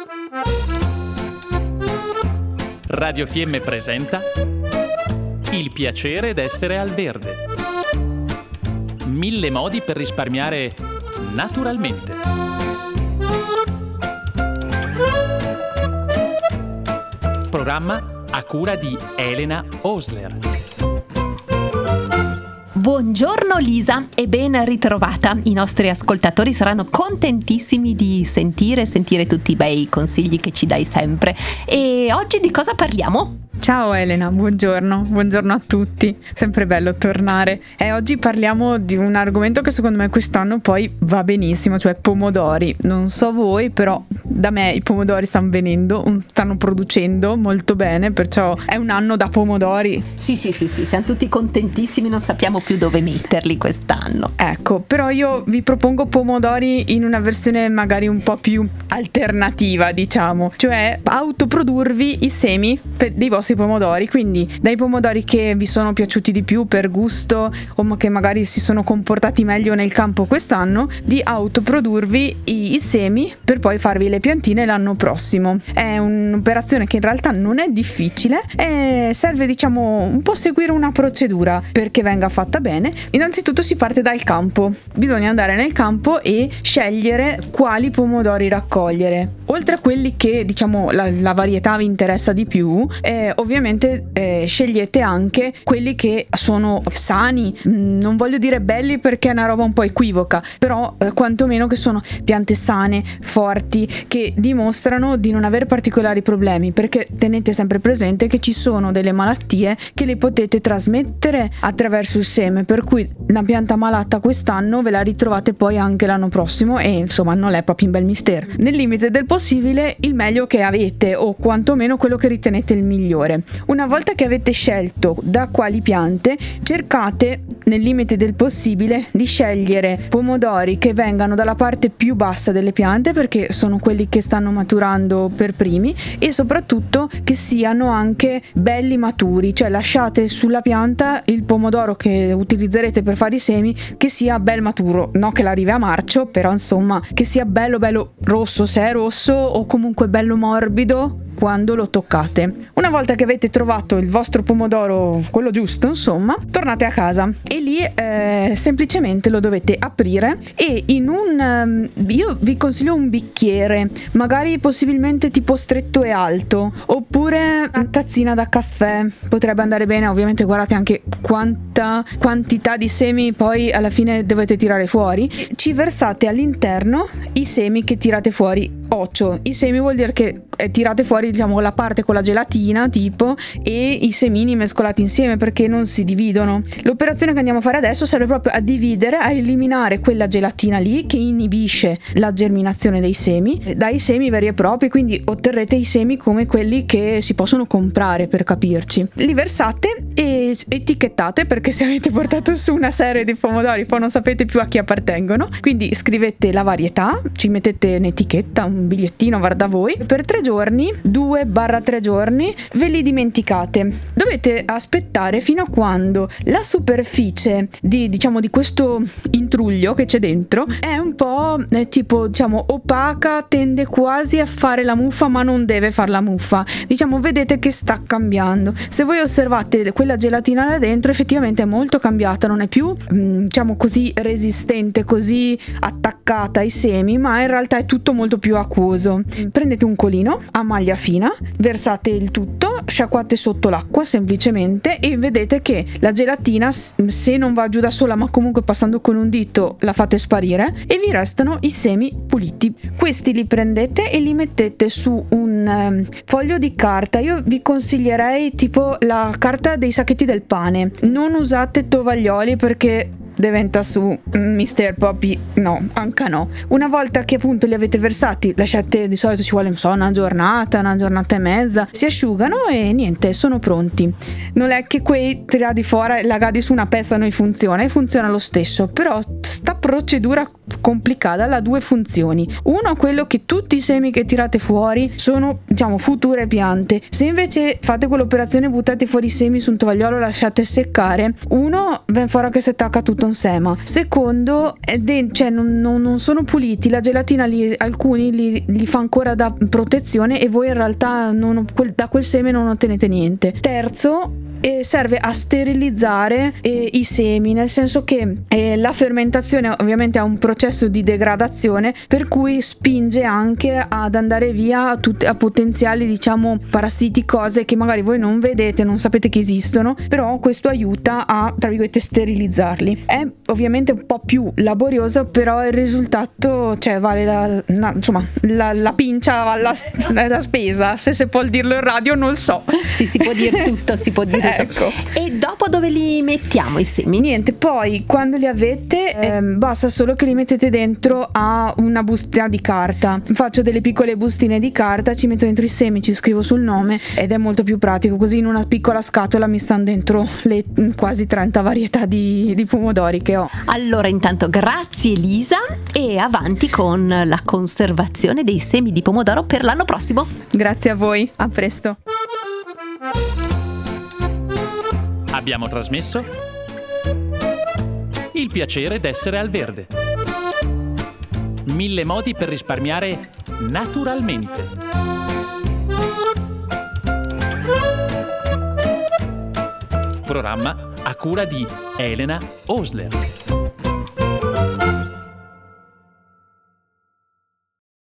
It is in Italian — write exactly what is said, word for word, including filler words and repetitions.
Radio Fiemme presenta Il piacere d'essere al verde. Mille modi per risparmiare naturalmente. Programma a cura di Elena Osler. Buongiorno Lisa e ben ritrovata. I nostri ascoltatori saranno contentissimi di sentire sentire tutti i bei consigli che ci dai sempre. E oggi di cosa parliamo? Ciao Elena, buongiorno, buongiorno a tutti, sempre bello tornare. E oggi parliamo di un argomento che secondo me quest'anno poi va benissimo, cioè pomodori. Non so voi, però da me i pomodori stanno venendo, stanno producendo molto bene, perciò è un anno da pomodori. Sì, sì, sì, sì, siamo tutti contentissimi, non sappiamo più dove metterli quest'anno. Ecco, però io vi propongo pomodori in una versione magari un po' più alternativa, diciamo, cioè autoprodurvi i semi per, dei vostri pomodori, quindi dai pomodori che vi sono piaciuti di più per gusto o che magari si sono comportati meglio nel campo quest'anno, di autoprodurvi i, i semi per poi farvi le piantine l'anno prossimo. È un'operazione che in realtà non è difficile e serve, diciamo, un po' seguire una procedura perché venga fatta bene. Innanzitutto si parte dal campo, bisogna andare nel campo e scegliere quali pomodori raccogliere. Oltre a quelli che, diciamo, la, la varietà vi interessa di più, eh, ovviamente eh, scegliete anche quelli che sono sani, mm, non voglio dire belli perché è una roba un po' equivoca, però eh, quantomeno che sono piante sane, forti, che dimostrano di non avere particolari problemi, perché tenete sempre presente che ci sono delle malattie che le potete trasmettere attraverso il seme, per cui una pianta malata quest'anno ve la ritrovate poi anche l'anno prossimo e insomma non è proprio un bel mistero. Nel limite del possibile il meglio che avete, o quantomeno quello che ritenete il migliore. Una volta che avete scelto da quali piante, cercate nel limite del possibile di scegliere pomodori che vengano dalla parte più bassa delle piante, perché sono quelli che stanno maturando per primi, e soprattutto che siano anche belli maturi, cioè lasciate sulla pianta il pomodoro che utilizzerete per fare i semi che sia bel maturo, no che l'arrivi a marcio, però insomma che sia bello bello rosso se è rosso, o comunque bello morbido quando lo toccate. Una volta che avete trovato il vostro pomodoro, quello giusto, insomma, tornate a casa e lì eh, semplicemente lo dovete aprire e in un um, io vi consiglio un bicchiere, magari possibilmente tipo stretto e alto, oppure una tazzina da caffè potrebbe andare bene. Ovviamente guardate anche quanta quantità di semi poi alla fine dovete tirare fuori. Ci versate all'interno i semi che tirate fuori. Occhio, i semi vuol dire che eh, tirate fuori, diciamo, la parte con la gelatina tipo e i semini mescolati insieme, perché non si dividono. L'operazione che andiamo a fare adesso serve proprio a dividere, a eliminare quella gelatina lì che inibisce la germinazione dei semi dai semi veri e propri, quindi otterrete i semi come quelli che si possono comprare, per capirci. Li versate e etichettate, perché se avete portato su una serie di pomodori poi non sapete più a chi appartengono, quindi scrivete la varietà, ci mettete un'etichetta, un bigliettino, guarda voi. Per tre giorni, due barra tre giorni, ve li dimenticate. Dovete aspettare fino a quando la superficie di, diciamo, di questo intruglio che c'è dentro è un po' eh, tipo, diciamo, opaca, tende quasi a fare la muffa, ma non deve far la muffa. Diciamo, vedete che sta cambiando. Se voi osservate quella gelatina là dentro, effettivamente è molto cambiata, non è più, mh, diciamo così, resistente, così attaccata ai semi, ma in realtà è tutto molto più acquoso. Prendete un colino a maglia fina, versate il tutto, sciacquate sotto l'acqua semplicemente e vedete che la gelatina, se non va giù da sola ma comunque passando con un dito, la fate sparire e vi restano i semi puliti. Questi li prendete e li mettete su un um, foglio di carta. Io vi consiglierei tipo la carta dei sacchetti del pane. Non usate tovaglioli perché diventa su mister Poppy, no, anche no. Una volta che appunto li avete versati, lasciate, di solito ci vuole non so, una giornata, una giornata e mezza, si asciugano e niente, sono pronti. Non è che quei tirati fuori, lagati su una pezza non funziona, e funziona lo stesso, però sta procedura complicata ha due funzioni. Uno, quello che tutti i semi che tirate fuori sono, diciamo, future piante. Se invece fate quell'operazione, buttate fuori i semi su un tovagliolo, lasciate seccare, uno ben fuori che si attacca tutto Cotton-Sema. Secondo, è de- cioè non, non, non sono puliti, la gelatina li, alcuni li, li fa ancora da protezione e voi in realtà non, quel, da quel seme non ottenete niente. Terzo, e serve a sterilizzare eh, i semi, nel senso che eh, la fermentazione ovviamente ha un processo di degradazione per cui spinge anche ad andare via a, tutte, a potenziali, diciamo, parassiti, cose che magari voi non vedete, non sapete che esistono, però questo aiuta a, tra virgolette, sterilizzarli. È ovviamente un po' più laborioso, però il risultato, cioè, vale la, la insomma la, la pincia, la, la spesa, se si può dirlo in radio, non so. Sì, si può dire tutto, si può dire tutto. Ecco. E dopo dove li mettiamo i semi? Niente, poi quando li avete ehm, basta solo che li mettete dentro a una bustina di carta. Faccio delle piccole bustine di carta, ci metto dentro i semi, ci scrivo sul nome ed è molto più pratico, così in una piccola scatola mi stanno dentro le quasi trenta varietà di, di pomodori che ho. Allora intanto grazie Elisa e avanti con la conservazione dei semi di pomodoro per l'anno prossimo. Grazie a voi, a presto. Abbiamo trasmesso Il piacere d'essere al verde. Mille modi per risparmiare naturalmente. Programma a cura di Elena Osler.